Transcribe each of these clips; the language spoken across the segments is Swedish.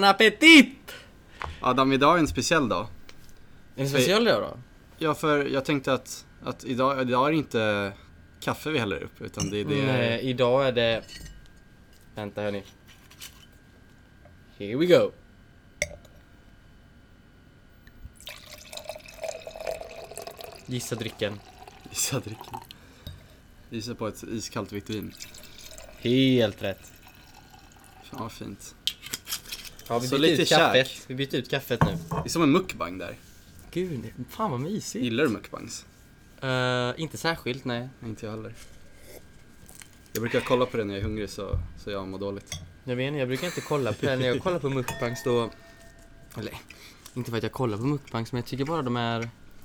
Appetit! Adam, idag är en speciell dag. En speciell dag då? Ja, för jag tänkte att idag är det inte kaffe vi häller upp, utan det är det... Nej, idag är det... Vänta hörni. Here we go. Gissa drycken. Gissa på ett iskallt vitt vin. Helt rätt. Fan vad fint. Ja, vi Så byter lite ut kaffet. käk. Vi byter ut kaffet nu. Det är som en mukbang där. Gud, fan vad mysigt. Gillar du mukbangs? Inte särskilt, nej. Inte jag heller. Jag brukar kolla på det när jag är hungrig så jag mår dåligt. Jag vet inte, jag brukar inte kolla på det. När jag kollar på mukbangs då... Eller, inte för att jag kollar på mukbangs, men jag tycker bara de är...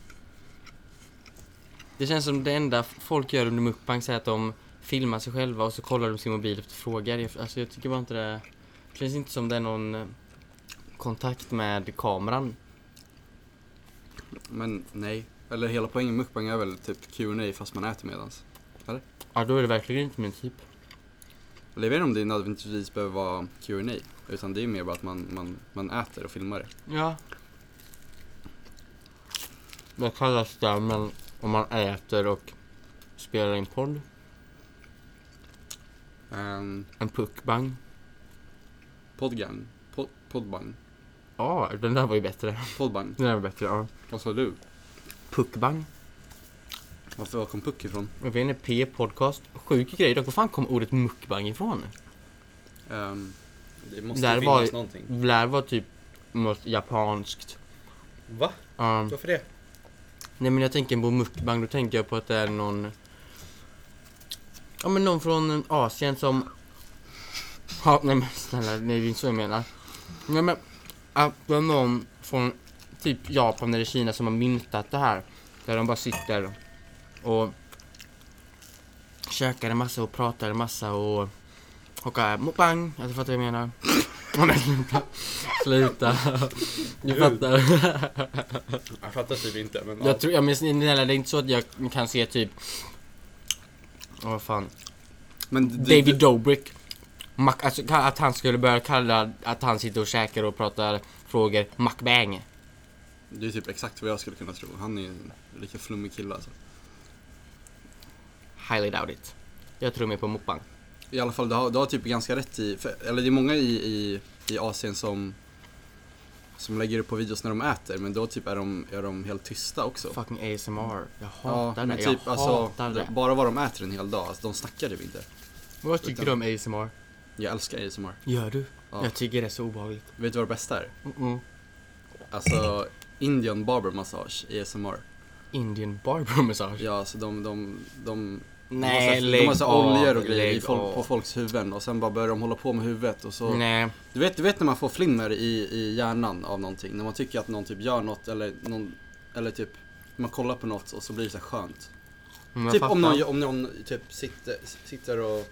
Det känns som det enda folk gör under mukbangs är att de filmar sig själva och så kollar de sin mobil efter frågor. Alltså jag tycker bara inte det... Det känns inte som det är någon kontakt med kameran. Men nej. Eller hela poängen med mukbang är väl typ Q&A fast man äter medans. Eller? Ja, då är det verkligen inte min typ. Eller jag vet inte om det nödvändigtvis behöver vara Q&A. Utan det är mer bara att man äter och filmar det. Ja. Vad kallas det, men om man äter och spelar in podd? En puckbang. Podgang. Podbang. Ja, den där var ju bättre. Podbang. Den där var bättre, ja. Vad sa du? Puckbang. Var kom puck ifrån? Jag vet inte, P-podcast. Sjuk grej, då var fan kom ordet mukbang ifrån? Det måste Där finnas någonting. Där var typ något japanskt. Va? Varför det? Nej, men jag tänker på mukbang, då tänker jag på att det är någon... Ja, men någon från Asien som... Ja, nej men snälla, det är inte så jag menar. Nej, men att det är någon från typ Japan eller Kina som har myntat det här. Där de bara sitter och käkar en massa och pratar en massa och mukbang, jag fattar vad jag menar. Men sluta. Du fattar. Jag fattar typ inte, men jag tror, men snälla, det är inte så att jag kan se typ vad fan. men David Dobrik. Alltså att han skulle börja kalla att han sitter och käkar och pratar frågor mukbang. Det är typ exakt vad jag skulle kunna tro. Han är ju en lika flummig kille alltså. Highly doubt it. Jag tror mer på mukbang. I alla fall, du har typ ganska rätt i... eller det är många i Asien som lägger upp på videos när de äter. Men då typ är de helt tysta också. Fucking ASMR. Jag hatar det. Men typ, jag hatar det. Bara vad de äter en hel dag. Alltså, de snackar typ inte. Vad tycker du om ASMR? Jag älskar ASMR. Gör du? Ja. Jag tycker det är så obehagligt. Vet du vad det bästa är? Mm-mm. Alltså, Indian barber massage, ASMR. Indian barber massage? Ja, så de Nej, de har så oljor och grejer lägg på folks huvuden. Och sen bara börjar de hålla på med huvudet och så... Nej. Du vet när man får flimmer i hjärnan av någonting. När man tycker att någon typ gör något eller typ man kollar på något och så blir det så skönt. Typ om någon typ sitter och...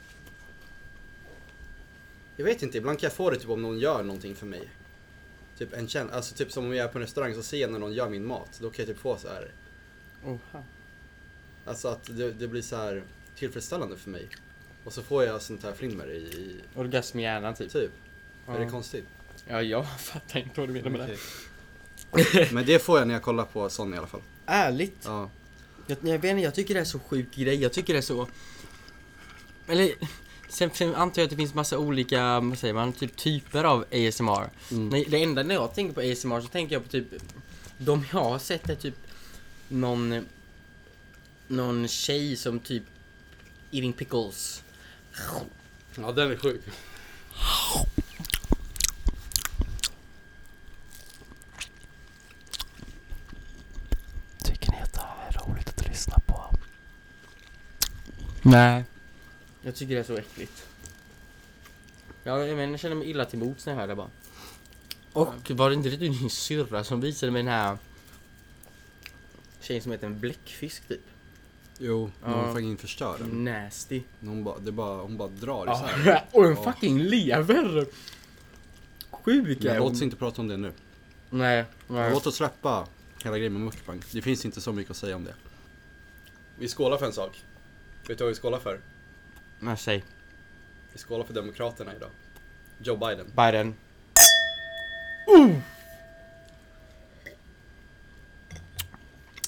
Jag vet inte, ibland kan jag få det typ om någon gör någonting för mig. Typ alltså typ som om jag är på en restaurang så ser jag när någon gör min mat. Då kan jag typ få så här. Alltså att det blir så här tillfredsställande för mig. Och så får jag sånt här flimmer i... Orgasm i hjärnan typ. Är det konstigt? Ja, jag fattar inte vad du menar med det. Men det får jag när jag kollar på sån i alla fall. Ärligt? Ja. Jag vet inte, jag tycker det är så sjuk grej. Jag tycker det är så... Eller... Sen antar jag att det finns massa olika, vad säger man, typer av ASMR. Nej, det enda när jag tänker på ASMR så tänker jag på typ... De jag har sett är typ... Någon tjej som typ... Eating pickles. Ja, den är sjuk. Tycker ni att det här är roligt att lyssna på? Nej. Jag tycker det är så äckligt. Jag känner mig illa till mots när jag hör det bara. Och var det inte det din syrra som visade mig den här tjejen som heter en bläckfisk typ? Jo, hon fucking förstör den. Nasty. Hon bara drar isär. Och en fucking lever. Sjuk är Låt hon. oss inte prata om det nu. Nej. Låt oss släppa hela grejen med mukbang. Det finns inte så mycket att säga om det. Vi skålar för en sak. Vet du vad vi skålar för? Men säg. Vi skålar för demokraterna idag. Joe Biden. Biden.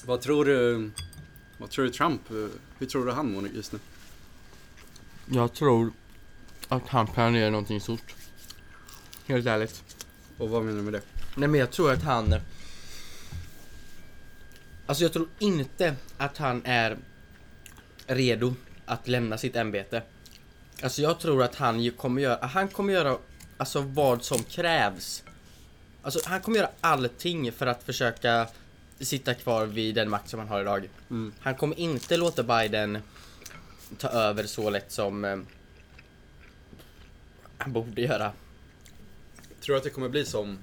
Vad tror du Trump, hur tror du han mår just nu? Jag tror att han planerar någonting stort. Helt ärligt. Och vad menar du med det? Nej, men jag tror att han... Alltså jag tror inte att han är redo att lämna sitt ämbete. Alltså jag tror att han kommer göra alltså vad som krävs. Alltså han kommer göra allting för att försöka sitta kvar vid den makt som han har idag. Han kommer inte låta Biden ta över så lätt som han borde göra. Tror du att det kommer bli som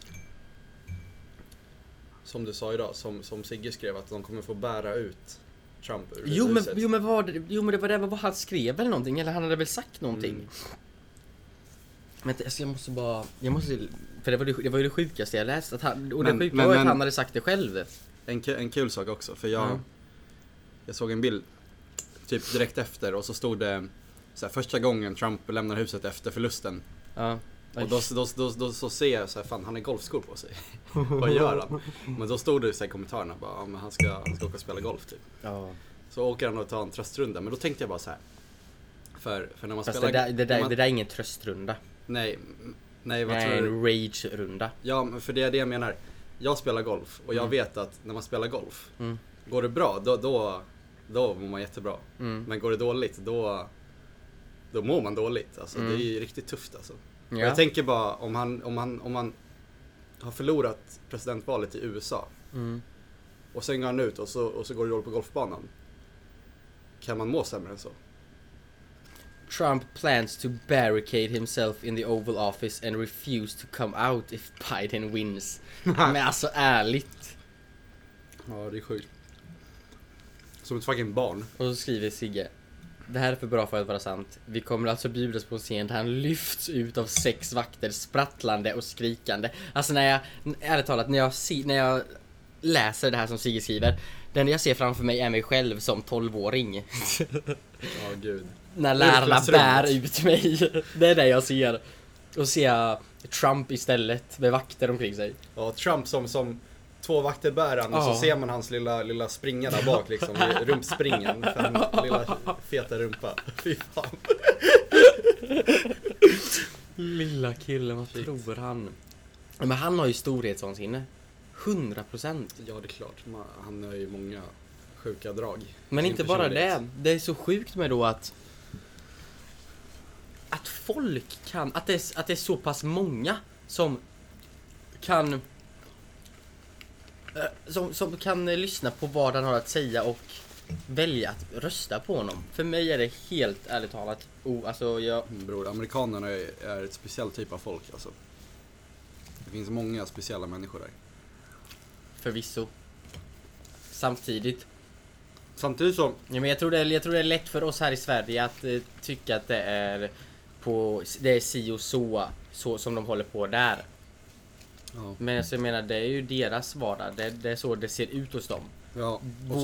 du sa idag, som Sigge skrev, att de kommer få bära ut Trump ur huset? Jo men det var vad han skrev eller någonting, eller han hade väl sagt någonting. Men alltså jag måste för det var ju det sjukaste jag läst att han, och det sjuka var att han hade sagt det själv. En kul sak också, för jag såg en bild typ direkt efter, och så stod det så här, första gången Trump lämnar huset efter förlusten. Ja. Och då så ser jag så här, fan, han har golfskor på sig. Vad gör han? Men då stod det så här i kommentarerna bara, ja, men han ska åka och spela golf typ. Ja. Så åker han och tar en tröstrunda, men då tänkte jag bara så här, för när man fast spelar det där är ingen tröstrunda. Nej, vad tror du? En rage-runda. Ja, men för det är det jag menar. Jag spelar golf och jag vet att när man spelar golf, går det bra, då mår man jättebra. Men går det dåligt, då mår man dåligt. Alltså, det är ju riktigt tufft alltså. Ja. Och jag tänker bara, om man har förlorat presidentvalet i USA och sen går han ut och så går det dåligt på golfbanan, kan man må sämre än så? Trump plans to barricade himself in the Oval Office and refuse to come out if Biden wins. Men alltså ärligt. Ja, det är sjukt. Som ett fucking barn. Och så skriver Sigge: det här är för bra för att vara sant. Vi kommer alltså bjudas på en scen där han lyfts ut av 6 vakter, sprattlande och skrikande. Alltså ärligt talat, när jag läser det här som Sigge skriver, den jag ser framför mig är mig själv som 12-åring. Ja, gud. När lärarna bär ut mig. Det är det jag ser. Och ser Trump istället med vakter omkring sig. Ja, Trump som 2 vakter bär han, och så ser man hans lilla springa där bak liksom, i rumpspringen, för han lilla feta rumpa. Fy fan. Lilla killen, vad tror han? Men han har ju storhetsvansinne. 100%. Ja, det är klart. Han har ju många sjuka drag. Men inte bara det. Det är så sjukt med då att folk kan, att det är så pass många som kan som kan lyssna på vad han har att säga och välja att rösta på honom. För mig är det helt ärligt talat Bror, amerikanerna är ett speciellt typ av folk alltså. Det finns många speciella människor där. Förvisso. Samtidigt som ja, men jag tror det är lätt för oss här i Sverige att tycka att det är si och så som de håller på där. Ja. Men alltså, jag menar, det är ju deras vardag. Det är så det ser ut hos dem. Ja.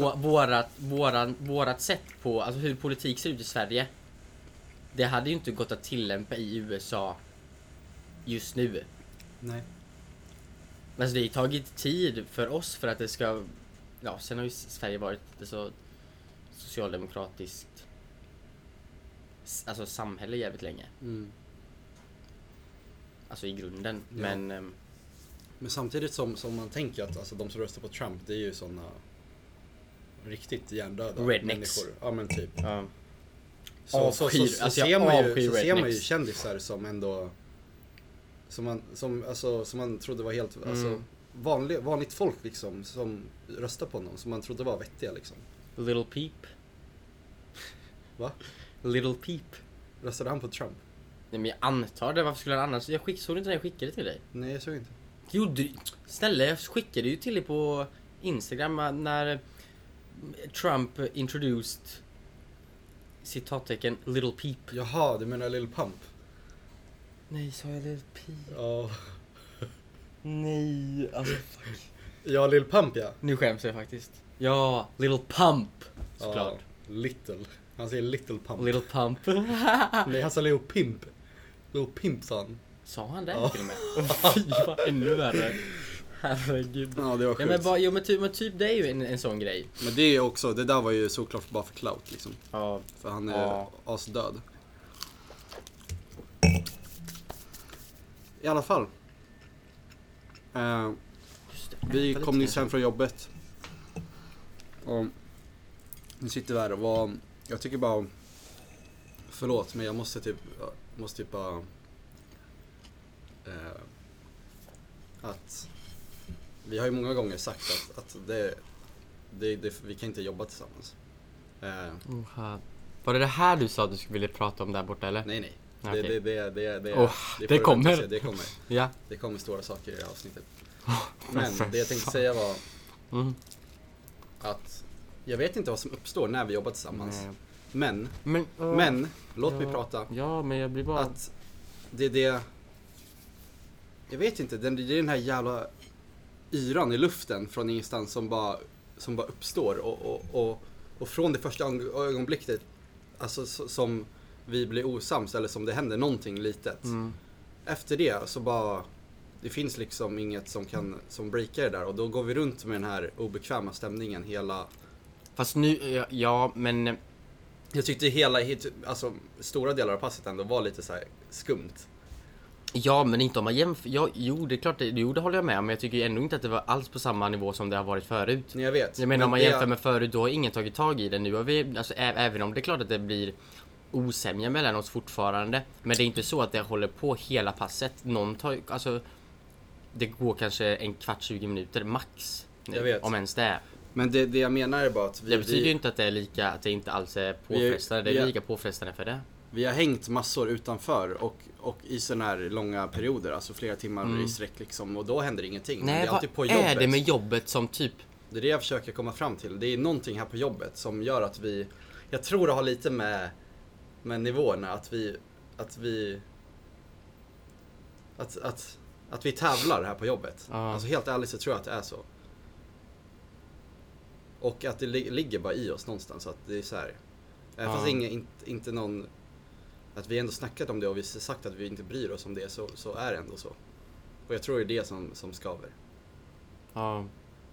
Vårat sätt på, alltså hur politik ser ut i Sverige, det hade ju inte gått att tillämpa i USA just nu. Nej. Alltså det har tagit tid för oss för att det ska, ja, sen har ju Sverige varit så socialdemokratiskt, alltså samhälle jävligt länge. Alltså i grunden, ja. Men samtidigt som man tänker att alltså, de som röstar på Trump, det är ju såna riktigt hjärndöda rednecks människor. Ja, men typ. Ja. Så ser man ju kändisar som ändå som man trodde var helt alltså vanligt folk liksom, som röstar på någon som man trodde var vettiga liksom. Little Peep. Va? Little Peep. Röstade han på Trump? Nej, men jag antar det. Varför skulle han annars? Såg du inte när jag skickade till dig? Nej, jag såg inte. Jo, snälla, jag skickade ju till dig på Instagram när Trump introduced citattecken Little Peep. Jaha, du menar Little Pump? Nej, sa jag Little Peep? Ja. Nej, alltså fuck. Ja, Little Pump, ja. Nu skäms jag faktiskt. Ja, Little Pump, såklart. Ja, Little. Han säger Little Pump. Little Pump. Nej, han sa Little Pimp. Little Pimp sa han. Sa han det ja. till och med? Fy, vad ännu värre. Herregud. Ja, det var Ja, men, sjukt. men typ det är ju en sån grej. Men det är också, det där var ju såklart bara för clout liksom. Ja. För han är Ja. asdöd. I alla fall. Vi kom nyss hem från jobbet. Och vi sitter där och jag tycker bara, förlåt men jag måste typ bara att vi har ju många gånger sagt att vi kan inte jobba tillsammans. Var det här du sa att du skulle vilja prata om där borta eller? Nej. Okej. Det kommer. Det kommer. Ja. Det kommer stora saker i det här avsnittet. Men det jag tänkte säga var att jag vet inte vad som uppstår när vi jobbar tillsammans. Nej. Men låt mig prata. Ja, men jag blir bara... Att det jag vet inte, det är den här jävla yran i luften från ingenstans som bara uppstår och från det första ögonblicket alltså som vi blir osams eller som det händer någonting litet. Efter det så bara det finns liksom inget som breakar det där och då går vi runt med den här obekväma stämningen hela. Fast nu, ja men jag tyckte alltså stora delar av passet ändå var lite så här skumt. ja, men inte om man jämför. Ja, jo, det är klart, det håller jag med om. Men jag tycker ju ändå inte att det var alls på samma nivå som det har varit förut. Nej, jag vet. Jag menar, om man jämför med förut, då har ingen tagit tag i det. Nu har vi, alltså, även om det är klart att det blir osämja mellan oss fortfarande. Men det är inte så att det håller på hela passet. Någon tar, alltså, det går kanske en kvart, 20 minuter max. Jag vet. Om ens det är. Men det jag menar är bara att det betyder ju inte att det är lika, att det inte alls är påfrestande. Det är lika påfrestande för det. Vi har hängt massor utanför och i såna här långa perioder, alltså flera timmar i sträck liksom, och då händer ingenting. Nej, det är alltid på vad jobbet. är det med jobbet som typ... Det är det jag försöker komma fram till. Det är någonting här på jobbet som gör att jag tror det har lite med nivåerna, att vi tävlar här på jobbet. Alltså helt ärligt så tror jag att det är så. Och att det ligger bara i oss någonstans, så att det är så här. Fast inte någon, att vi ändå snackat om det och vi har sagt att vi inte bryr oss om det, så är det ändå så. Och jag tror det är det som skaver. Ja.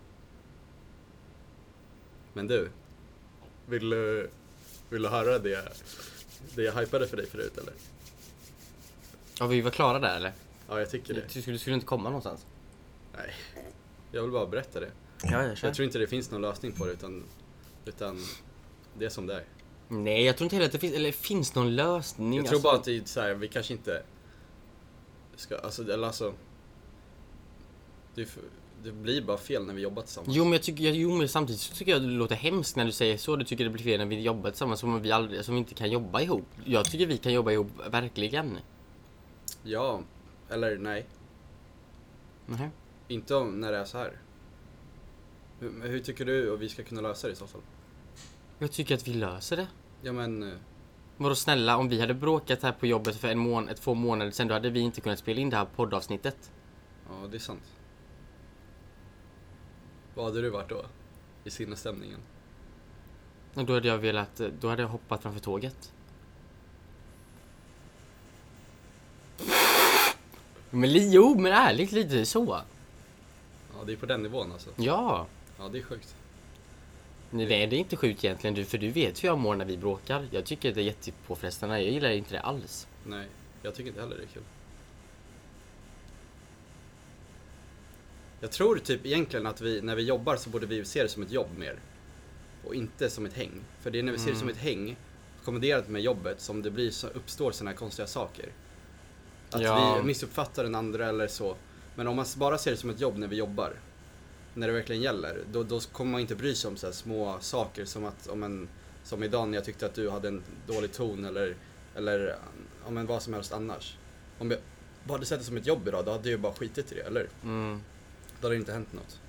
Men du, vill du höra det jag hypade för dig förut eller? Ja, vi var klara där eller? Ja, jag tycker det. Du skulle inte komma någonstans. Nej, jag vill bara berätta det. Ja, jag tror inte det finns någon lösning på det utan det är som det är. Nej, jag tror inte heller att det finns någon lösning. Jag tror bara att det är så här, vi kanske inte ska, alltså det blir bara fel när vi jobbar tillsammans. Men samtidigt så tycker jag det låter hemskt när du säger så. Du tycker det blir fel när vi jobbar tillsammans som vi inte kan jobba ihop. Jag tycker vi kan jobba ihop verkligen. Ja, eller nej. Nej. Inte när det är så här. Hur tycker du och vi ska kunna lösa det i så fall? Jag tycker att vi löser det. Ja, men vadå snälla, om vi hade bråkat här på jobbet för 2 månader sedan, då hade vi inte kunnat spela in det här poddavsnittet. Ja, det är sant. Vad hade du varit då? I sinnesstämningen? Och då hade jag hoppat framför tåget. Men ärligt lite så. Ja, det är på den nivån alltså. Ja. Ja, det är sjukt. Nej, det är inte sjukt egentligen, för du vet hur jag mår när vi bråkar. Jag tycker att det är jättepåfrestande, jag gillar inte det alls. Nej, jag tycker inte heller det är kul. Jag tror typ egentligen att när vi jobbar så borde vi se det som ett jobb mer. Och inte som ett häng. För det är när vi ser det som ett häng, kombinerat med jobbet, som det blir uppstår såna här konstiga saker. Att vi missuppfattar den andra eller så. Men om man bara ser det som ett jobb när vi jobbar, när det verkligen gäller, då kommer man inte bry sig om så här små saker som att som idag när jag tyckte att du hade en dålig ton eller vad som helst annars. Om jag bara hade sett det som ett jobb idag, då hade jag ju bara skitit i det, eller? Då hade det inte hänt något.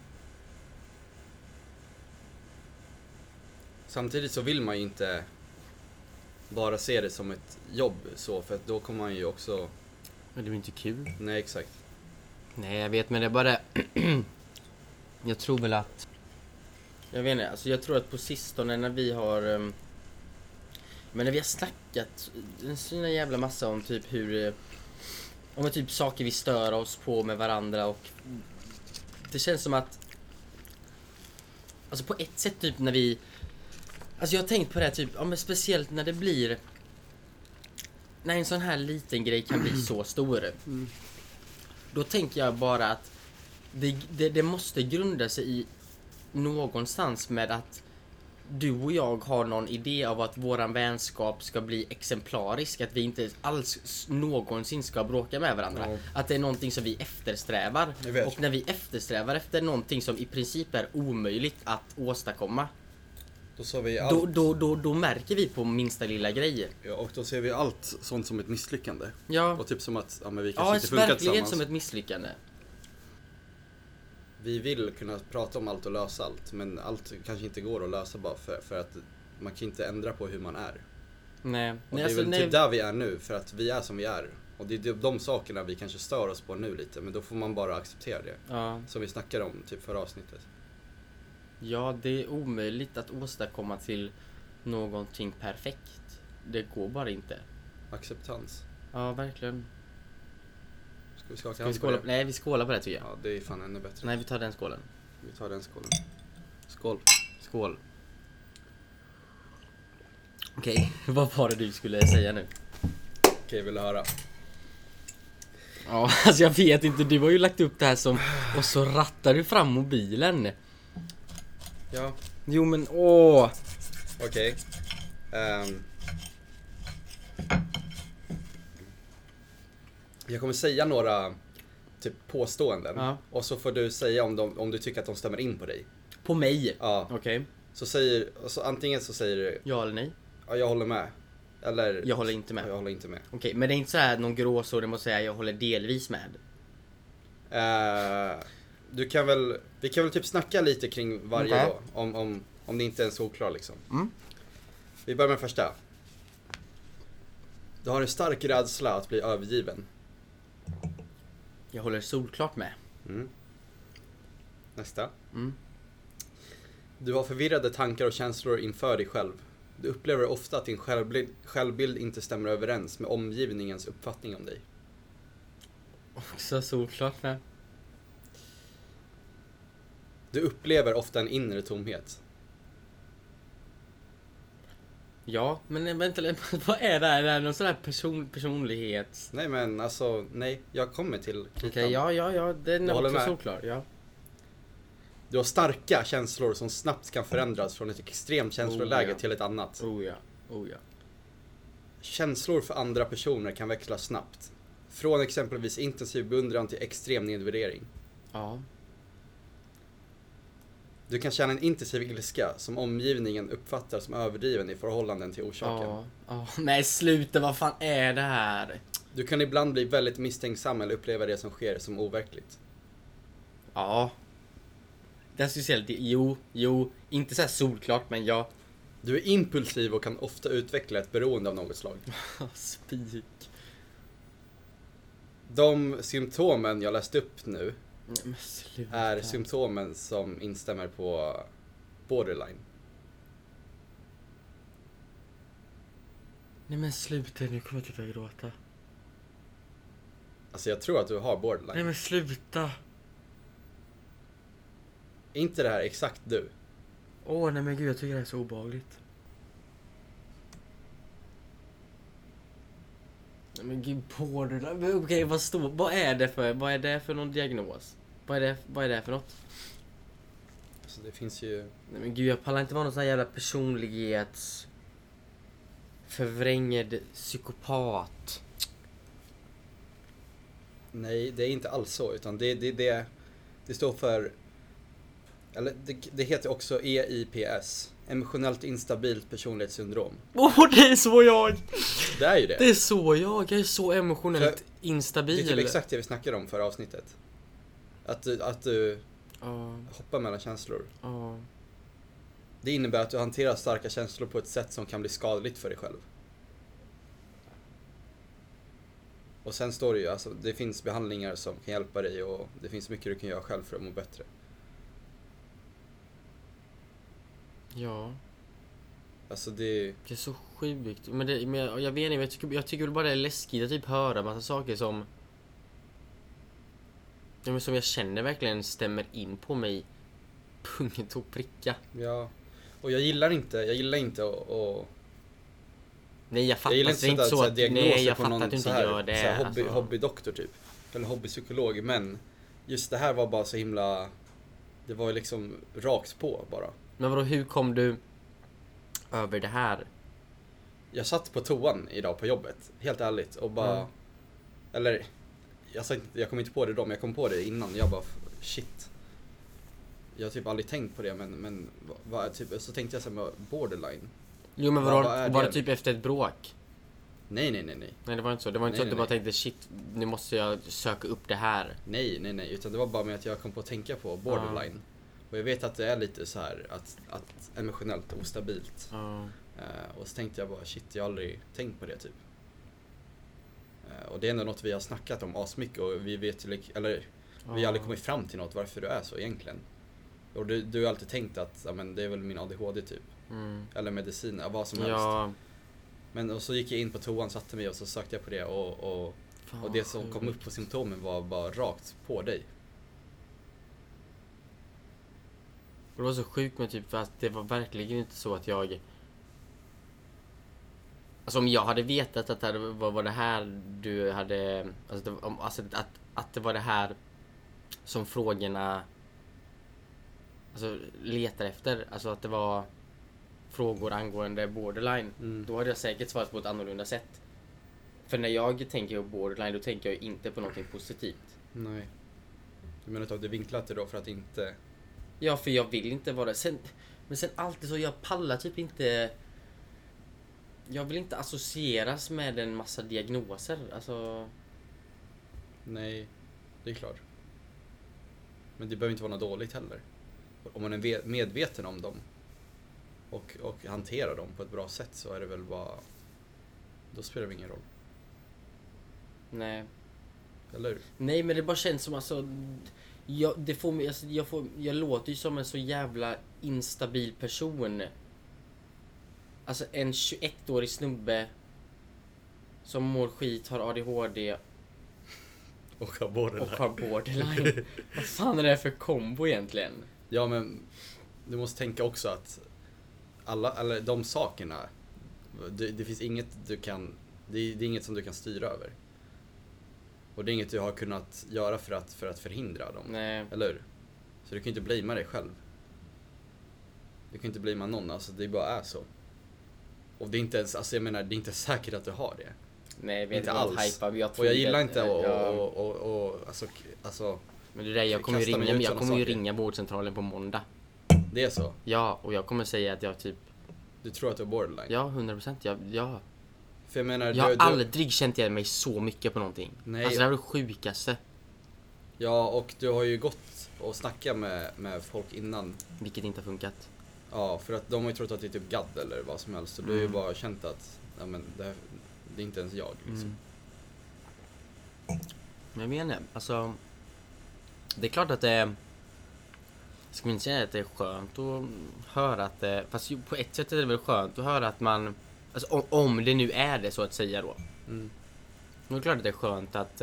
Samtidigt så vill man ju inte bara se det som ett jobb så, för att då kommer man ju också... Men det är inte kul. Nej, exakt. Nej, jag vet, men det är bara... jag tror väl att... Jag vet inte, alltså jag tror att på sistone när vi har... Men när vi har snackat en sån jävla massa om typ hur... Om typ saker vi stör oss på med varandra och det känns som att, alltså på ett sätt typ när vi, alltså jag har tänkt på det här typ, ja men speciellt när det blir, när en sån här liten grej kan bli så stor. Då tänker jag bara att det måste grunda sig i någonstans med att du och jag har någon idé av att våran vänskap ska bli exemplarisk, att vi inte alls någonsin ska bråka med varandra. Ja. Att det är någonting som vi eftersträvar. Och när vi eftersträvar efter någonting som i princip är omöjligt att åstadkomma, Då sa vi allt. då märker vi på minsta lilla grejer. Ja, och då ser vi allt sånt som ett misslyckande. Ja, Och typ som att men vi kanske inte funkar verkligen tillsammans. som ett misslyckande. Vi vill kunna prata om allt och lösa allt, men allt kanske inte går att lösa bara för att man kan inte ändra på hur man är. Nej, Och det är väl typ där vi är nu, för att vi är som vi är. Och det är de sakerna vi kanske stör oss på nu lite, men då får man bara acceptera det. Ja. Som vi snackade om typ förra avsnittet. Ja, det är omöjligt att åstadkomma till någonting perfekt. Det går bara inte. Acceptans. Ja, verkligen. Ska vi skaka Ska vi hand på skåla? det? Nej, vi skålar på det tycker jag. Ja, det är fan ännu bättre. Nej, vi tar den skålen. Vi tar den skålen. Skål. Skål. Okej, vad var det du skulle säga nu? Okej, vill du höra? Ja, alltså jag vet inte. Du har ju lagt upp det här som, och så rattar du fram mobilen. Ja, Jo men okej. Jag kommer säga några typ påståenden. Ja. Och så får du säga om du tycker att de stämmer in på dig. På mig? Ja. Okej. Så antingen så säger du Ja eller nej? ja, jag håller med. Eller Jag håller inte med. jag håller inte med. Okej, men det är inte så här någon gråzon, det måste säga jag håller delvis med. Vi kan väl typ snacka lite kring varje Okej. då. Om det inte är en solklar liksom. Mm. Vi börjar med första. Du har en stark rädsla att bli övergiven. Jag håller solklart med. Mm. Nästa. Mm. Du har förvirrade tankar och känslor inför dig själv. Du upplever ofta att din självbild inte stämmer överens med omgivningens uppfattning om dig. Också solklart med. Du upplever ofta en inre tomhet. Ja, men vänta, vad är det här? Är det någon sån här personlighets... Nej men alltså, nej, jag kommer till kritan. Okej, ja, den Jag är håller också med. solklar, ja. Du har starka känslor som snabbt kan förändras från ett extremt känsloläge Oh, ja. till ett annat. Oh ja. Känslor för andra personer kan växla snabbt. Från exempelvis intensiv beundran till extrem nedvärdering. Ja. Du kan känna en intensiv ilska som omgivningen uppfattar som överdriven i förhållanden till orsaken. Ja. Nej, sluta, vad fan är det här? Du kan ibland bli väldigt misstänksam eller uppleva det som sker som overkligt. Ja. Det är speciellt, jo, inte så här solklart, men ja. Du är impulsiv och kan ofta utveckla ett beroende av något slag. Spik. De symptomen jag läst upp nu Nej, men sluta. är symptomen som instämmer på borderline. Nej men sluta, nu kommer jag typ att gråta. Alltså jag tror att du har borderline. Nej men sluta. Är inte det här exakt du? Nej men gud, jag tycker det är så obehagligt. Nej men gud, borderline. Okej, vad är det för någon diagnos? Vad är det för något? Alltså det finns ju... Nej men gud, jag pallar inte vara någon sån här jävla förvrängd psykopat. Nej, det är inte alls så, utan det står för... Eller det heter också EIPS. Emotionellt instabilt personlighetssyndrom. Det är så jag! Det är ju det. Det är så jag är så emotionellt Det instabil. är typ exakt det vi snackade om förra avsnittet. Att du hoppar mellan känslor. Det innebär att du hanterar starka känslor på ett sätt som kan bli skadligt för dig själv. Och sen står det ju, alltså, det finns behandlingar som kan hjälpa dig och det finns mycket du kan göra själv för att må bättre. Ja. Alltså det... Det är så sjukt. Men jag vet inte, jag tycker väl bara det är läskigt att typ höra massa saker som... men som jag känner verkligen stämmer in på mig punkt och pricka. Ja. Och jag gillar inte att Nej, jag fattar jag gillar inte inte så att diagnoser jag på fattar någon att du inte så här, gör det. så här alltså. hobbydoktor typ. Eller hobbypsykolog, men just det här var bara så himla, det var ju liksom rakt på bara. Men vadå, hur kom du över det här? Jag satt på toan idag på jobbet, helt ärligt, och bara eller jag kom inte på det då, men jag kom på det innan. Jag bara shit. Jag har typ aldrig tänkt på det, men typ, så tänkte jag så här, borderline. Jo, men var det typ efter ett bråk? Nej. Nej, det var inte så. Det var inte så att du bara tänkte shit, nu måste jag söka upp det här. Nej, utan det var bara med att jag kom på att tänka på borderline. Och jag vet att det är lite så här att emotionellt ostabilt. Och så tänkte jag bara shit, jag har aldrig tänkt på det typ. Och det är ändå något vi har snackat om asmycket, och vi vet ju, eller vi har aldrig kommit fram till något varför du är så egentligen. Och du har alltid tänkt att ja, men det är väl min ADHD typ. Eller medicin, vad som helst. Men och så gick jag in på toan, satte mig och så sökte jag på det, och det som kom upp på symptomen var bara rakt på dig. Och det var så sjukt med typ, för att det var verkligen inte så att jag, alltså om jag hade vetat att det var det här du hade, alltså att det var det här som frågorna alltså letar efter, alltså att det var frågor angående borderline, då hade jag säkert svarat på ett annorlunda sätt. För när jag tänker på borderline, då tänker jag inte på någonting positivt. Nej. Du menar att du vinklat det då för att inte... Ja, för jag vill inte vara det. Men sen alltid så, jag pallar typ inte... Jag vill inte associeras med en massa diagnoser, alltså... Nej, det är klart. Men det behöver inte vara något dåligt heller. Om man är medveten om dem och hanterar dem på ett bra sätt, så är det väl bara... Då spelar det ingen roll. Nej. Eller hur? Nej, men det bara känns som alltså... Jag låter ju som en så jävla instabil person. Alltså en 21-årig snubbe som mår skit, har ADHD och har borderline. Vad fan är det för kombo egentligen? Ja, men du måste tänka också att alla de sakerna, det finns inget du kan, det är inget som du kan styra över. Och det är inget du har kunnat göra för att förhindra dem. Nej. Eller hur? Så du kan inte blamea dig själv. Du kan inte blamea någon, alltså det bara är så. Och det är inte ens, alltså jag menar, det är inte säkert att du har det. Nej, vi inte alls. Hypa, och jag gillar inte alltså men det där, jag kommer ju ringa vårdcentralen på måndag. Det är så? Ja, och jag kommer säga att jag typ... Du tror att du är borderline? Ja, 100%. Ja. För jag menar, jag har aldrig känt igen mig så mycket på någonting. Nej. Alltså det här är det sjukaste. Ja, och du har ju gått och snackat med folk innan. Vilket inte har funkat. Ja, för att de har ju trott att det är typ gadd eller vad som helst. Så du har ju bara känt att ja, men det är inte ens jag liksom. Men jag menar, alltså... Det är klart att det... Ska man inte säga att det är skönt att höra att det... Fast på ett sätt är det väl skönt att höra att man... Alltså om det nu är det så att säga då. Det är klart att det är skönt att...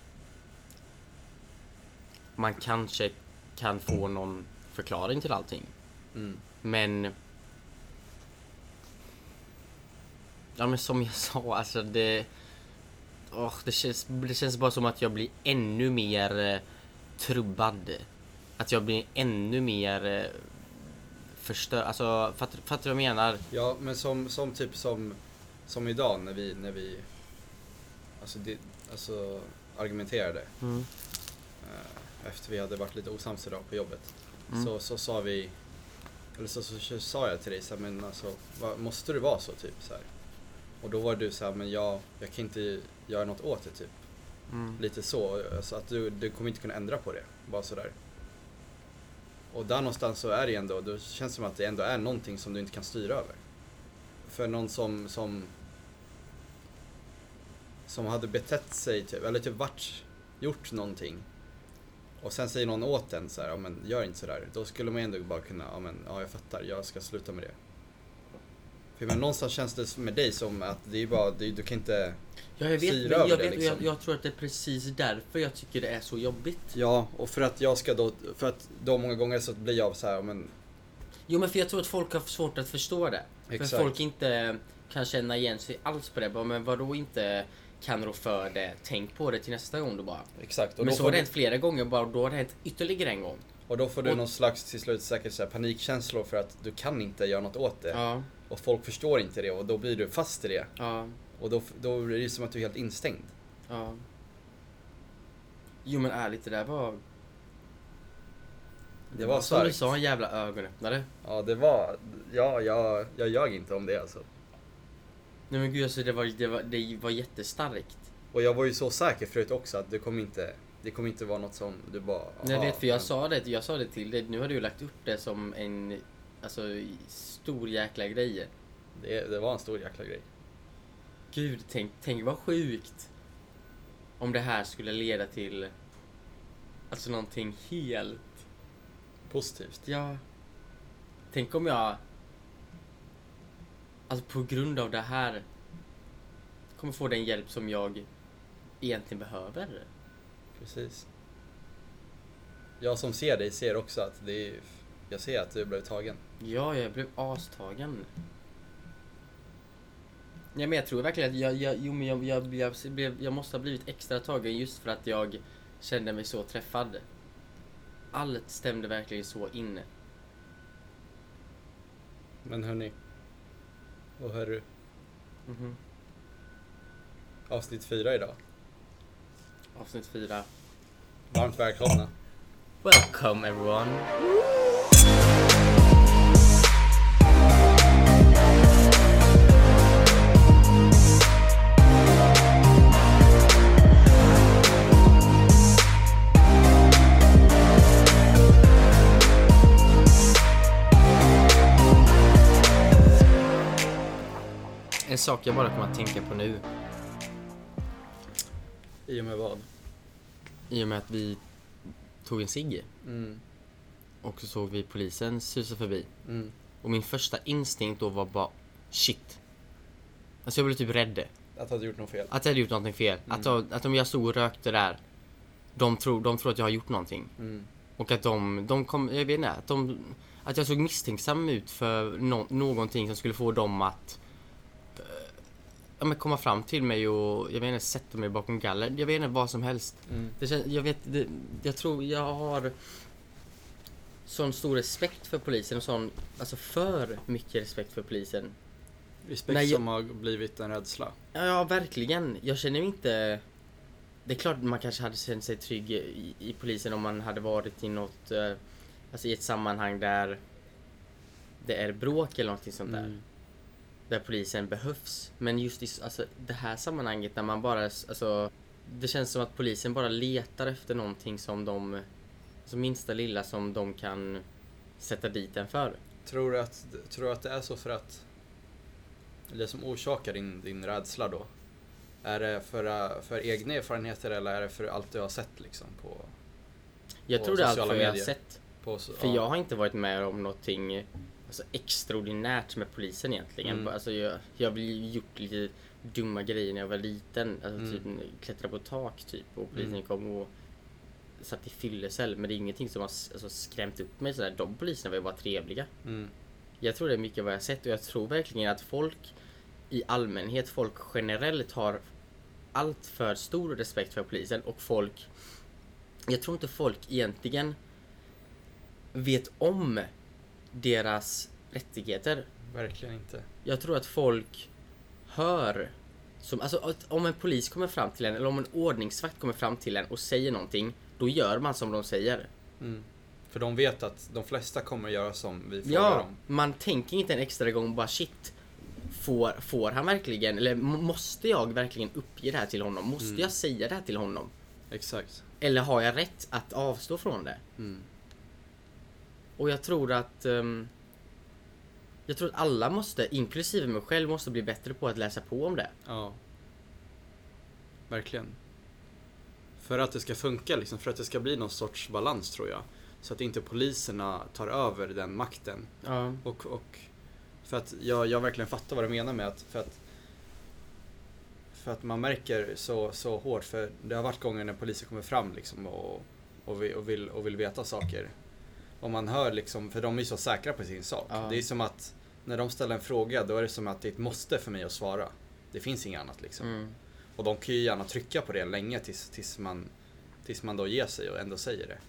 man kanske kan få någon förklaring till allting. Men... Ja, men som jag sa, alltså det... det känns bara som att jag blir ännu mer trubbad. Att jag blir ännu mer förstörd. Alltså, fattar du vad jag menar? Ja, men som idag när vi argumenterade. Efter vi hade varit lite osams idag på jobbet. Så sa vi, eller så sa jag till dig så här, men alltså, måste du vara så typ så här? Och då var du så här, men jag kan inte göra något åt det typ. Lite så, alltså att du kommer inte kunna ändra på det, bara så där. Och där någonstans så är det ändå, då känns det som att det ändå är någonting som du inte kan styra över. För någon som hade betett sig typ, eller typ gjort någonting. Och sen säger någon åt den så här, ja men gör inte så där. Då skulle man ändå bara kunna, ja jag fattar, jag ska sluta med det. Men någonstans känns det med dig som att det är bara, du kan inte jag styra över det liksom. Jag tror att det är precis därför jag tycker det är så jobbigt. Ja, och för att jag ska för att då många gånger så blir jag så här, men... Jo, men för jag tror att folk har svårt att förstå det. Exakt. För folk inte kan känna igen sig alls på det. Men vadå inte kan rå för det? Tänk på det till nästa gång då bara. Exakt. Och men då så har det hänt flera gånger, bara då har det hänt ytterligare en gång. Och då får du någon slags till slut säkert så här panikkänslor för att du kan inte göra något åt det. Ja. Och folk förstår inte det och då blir du fast i det. Ja. Och då är det som att du är helt instängd. Ja. Jo, men ärligt, det där var... Det var som du starkt. sa, en jävla ögonöppnare. Ja, det var... Ja, jag ljög inte om det alltså. Nej men gud, alltså det var jättestarkt. Och jag var ju så säker förut också att det kommer inte vara något som du bara... Nej, jag vet, för jag sa det till dig. Nu har du lagt upp det som en stor jäkla grej. Det var en stor jäkla grej. Gud, tänk vad sjukt om det här skulle leda till alltså någonting helt Positivt. Ja. Tänk om jag alltså på grund av det här kommer få den hjälp som jag egentligen behöver. Precis. Jag som ser dig ser också att jag ser att du blev tagen. Ja, jag blev astagen. Ja, men jag tror verkligen att jag måste ha blivit extra tagen just för att jag kände mig så träffad. Allt stämde verkligen så in. Men hörni, vad hör du? Mhm. Avsnitt 4 idag. Avsnitt 4. Varmt välkomna. Welcome everyone. En sak jag bara kommer att tänka på nu. I och med vad? I och med att vi tog en cigg. Mm. Och så såg vi polisen susa förbi. Mm. Och min första instinkt då var bara shit. Alltså jag blev typ rädd. Att du hade gjort något fel. Att jag hade gjort någonting fel. Att om jag stod och rökte där. De tror att jag har gjort någonting. Mm. Och att de kom, jag vet inte, att jag såg misstänksam ut för någonting som skulle få dem att komma fram till mig och jag vet inte, sätta mig bakom galler. Jag vet inte vad som helst. Jag tror jag har sån stor respekt för polisen och sån, alltså för mycket respekt för polisen. Respekt som har blivit en rädsla. Ja, verkligen. Jag känner mig inte... Det är klart man kanske hade känt sig trygg i polisen om man hade varit i något, alltså i ett sammanhang där det är bråk eller någonting sånt där. Där polisen behövs. Men just i det här sammanhanget när man bara, alltså det känns som att polisen bara letar efter någonting som de, alltså minsta lilla som de kan sätta dit en för. Tror du att det är så för att det som orsakar din rädsla då? Är det för egna erfarenheter eller är det för allt du har sett liksom på jag tror det är allt för jag har sett. För jag har inte varit med om någonting alltså extraordinärt med polisen egentligen. Alltså jag har gjort lite dumma grejer när jag var liten. Alltså typ klättra på tak typ. Och polisen kom och satt i fyllecell. Men det är ingenting som har skrämt upp mig sådär. De poliserna var ju bara trevliga. Jag tror det är mycket vad jag har sett. Och jag tror verkligen att folk i allmänhet, folk generellt har allt för stor respekt för polisen. Och folk, jag tror inte folk egentligen vet om deras rättigheter. Verkligen inte. Jag tror att folk hör som, alltså om en polis kommer fram till en eller om en ordningsvakt kommer fram till en och säger någonting, då gör man som de säger. För de vet att de flesta kommer göra som vi frågar dem. Man tänker inte en extra gång bara shit, får han verkligen, eller måste jag verkligen uppge det här till honom? Måste jag säga det här till honom? Exakt. Eller har jag rätt att avstå från det? Och jag tror att alla måste, inklusive mig själv, måste bli bättre på att läsa på om det. Ja. Verkligen. För att det ska funka liksom, för att det ska bli någon sorts balans tror jag. Så att inte poliserna tar över den makten. Ja. För att jag verkligen fattar vad du menar med att för att man märker så hårt, för det har varit gånger när poliser kommer fram liksom och vill veta saker. Och man hör liksom, för de är så säkra på sin sak. Det är som att när de ställer en fråga, då är det som att det är ett måste för mig att svara. Det finns inget annat liksom. Och de kan ju gärna trycka på det länge tills man då ger sig och ändå säger det.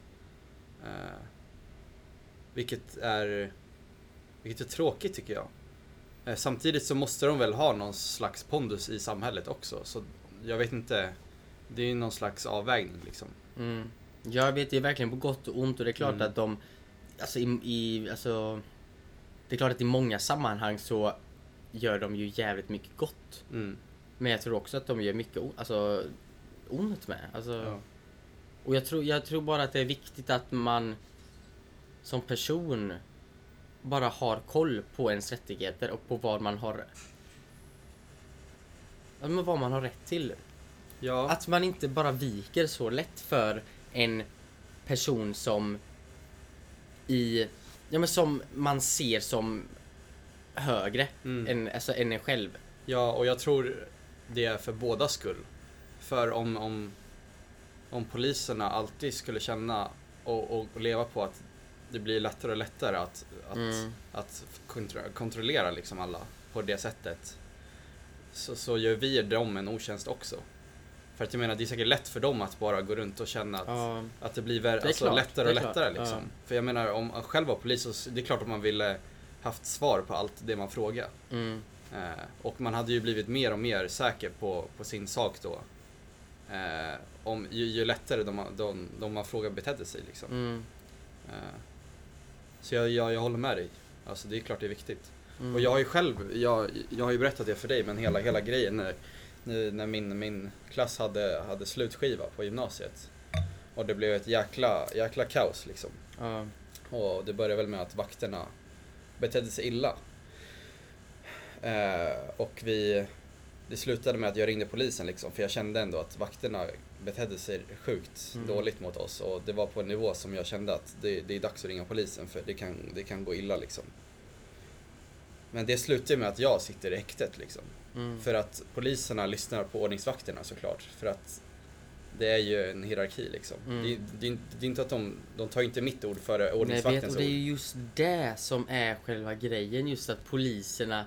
Vilket är tråkigt tycker jag. Samtidigt så måste de väl ha någon slags pondus i samhället också. Så jag vet inte, det är ju någon slags avvägning liksom. Jag vet, det är verkligen på gott och ont, och det är klart att de alltså det är klart att i många sammanhang så gör de ju jävligt mycket gott. Men jag tror också att de gör mycket ont med. Och jag tror bara att det är viktigt att man som person bara har koll på ens rättigheter och på vad man har rätt till. Ja. Att man inte bara viker så lätt för en person som som man ser som högre än en själv. Ja, och jag tror det är för båda skull. För om poliserna alltid skulle känna och leva på att det blir lättare och lättare att kontrollera liksom alla på det sättet, så gör vi dem en otjänst också. För att jag menar, det är säkert lätt för dem att bara gå runt och känna att det blir lättare och lättare liksom. För jag menar, om man själv var polis, så det är klart att man ville haft svar på allt det man frågar. Och man hade ju blivit mer och mer säker på sin sak då. Om ju lättare de man frågar betedde sig liksom. Så jag håller med dig. Alltså det är klart det är viktigt. Och jag har ju själv, jag har ju berättat det för dig, men hela grejen när min klass hade slutskiva på gymnasiet. Och det blev ett jäkla kaos liksom. Och det började väl med att vakterna betedde sig illa. Och det slutade med att jag ringde polisen liksom, för jag kände ändå att vakterna betedde sig sjukt dåligt mot oss, och det var på en nivå som jag kände att det är dags att ringa polisen, för det kan gå illa liksom. Men det slutade med att jag sitter i häktet liksom. För att poliserna lyssnar på ordningsvakterna såklart, för att det är ju en hierarki liksom. Det är inte att de tar inte mitt ord före ordningsvaktens ord. Och det är ju just det som är själva grejen, just att poliserna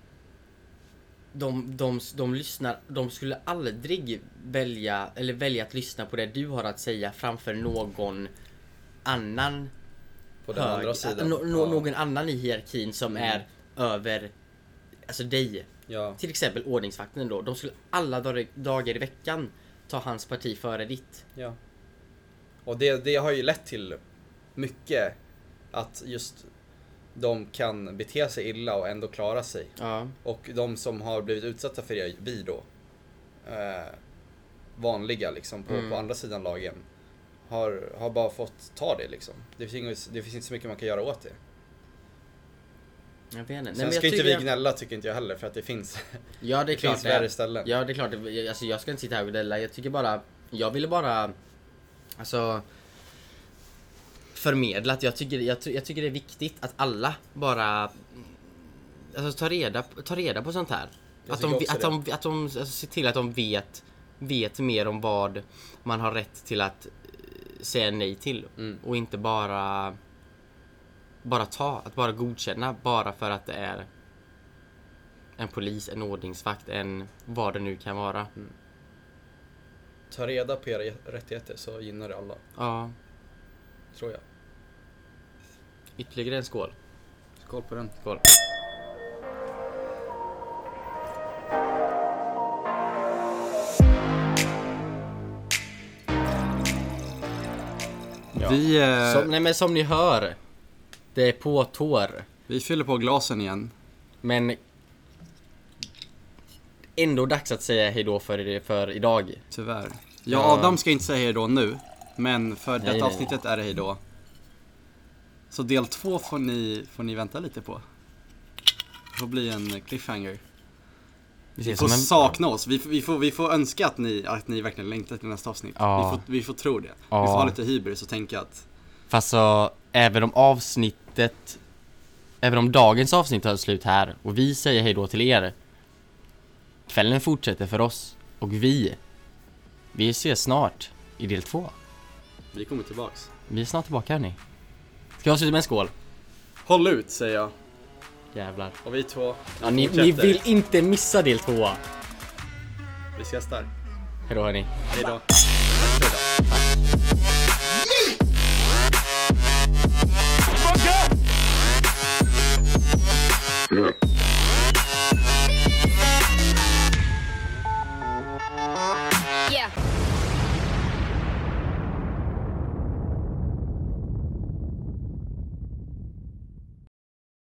de lyssnar, de skulle aldrig välja att lyssna på det du har att säga framför någon annan på den andra sidan. Någon annan i hierarkin som är över, alltså dig. Ja. Till exempel ordningsvakten då. De skulle alla dagar i veckan ta hans parti före ditt. Ja. Och det har ju lett till mycket, att just de kan bete sig illa och ändå klara sig. Och de som har blivit utsatta för det, vi då, vanliga liksom på andra sidan lagen, har bara fått ta det liksom. Det finns inte så mycket man kan göra åt det. Jag vet inte. Sen ska inte vi gnälla, tycker inte jag heller, för att det finns det finns värre ställen. Ja, det är klart. Alltså, jag ska inte sitta här och gnälla. Jag ville bara förmedla att jag tycker det är viktigt att alla bara ta reda på sånt här. Att de alltså, ser till att de vet mer om vad man har rätt till att säga nej till, och inte bara godkänna bara för att det är en polis, en ordningsvakt, en vad det nu kan vara. Ta reda på era rättigheter, så gynnar det alla. Ja. Tror jag. Ytterligare en skål. Skål på den. Skål. Ja. Som ni hör, det är på tår. Vi fyller på glasen igen. Men ändå dags att säga hejdå för idag. Tyvärr. Adam ska inte säga hejdå nu, men för detta avsnittet är det hejdå. Så del 2 får ni vänta lite på. Det får bli en cliffhanger. Vi får sakna oss. Vi får önska att ni verkligen längtar till nästa avsnitt. Ja. Vi får tro det. Ja. Vi får ha lite hybris och tänka att... Fast så, även om avsnittet även om dagens avsnitt tar slut här och vi säger hej då till er, kvällen fortsätter för oss och vi ses snart i del 2. Vi kommer tillbaks. Vi är snart tillbaka, hörni. Ska jag avsluta med en skål? Håll ut, säger jag. Jävlar. Och vi två. Ja, ni vill inte missa del 2. Vi ses där. Hej då, hörni. Hej då. Tack.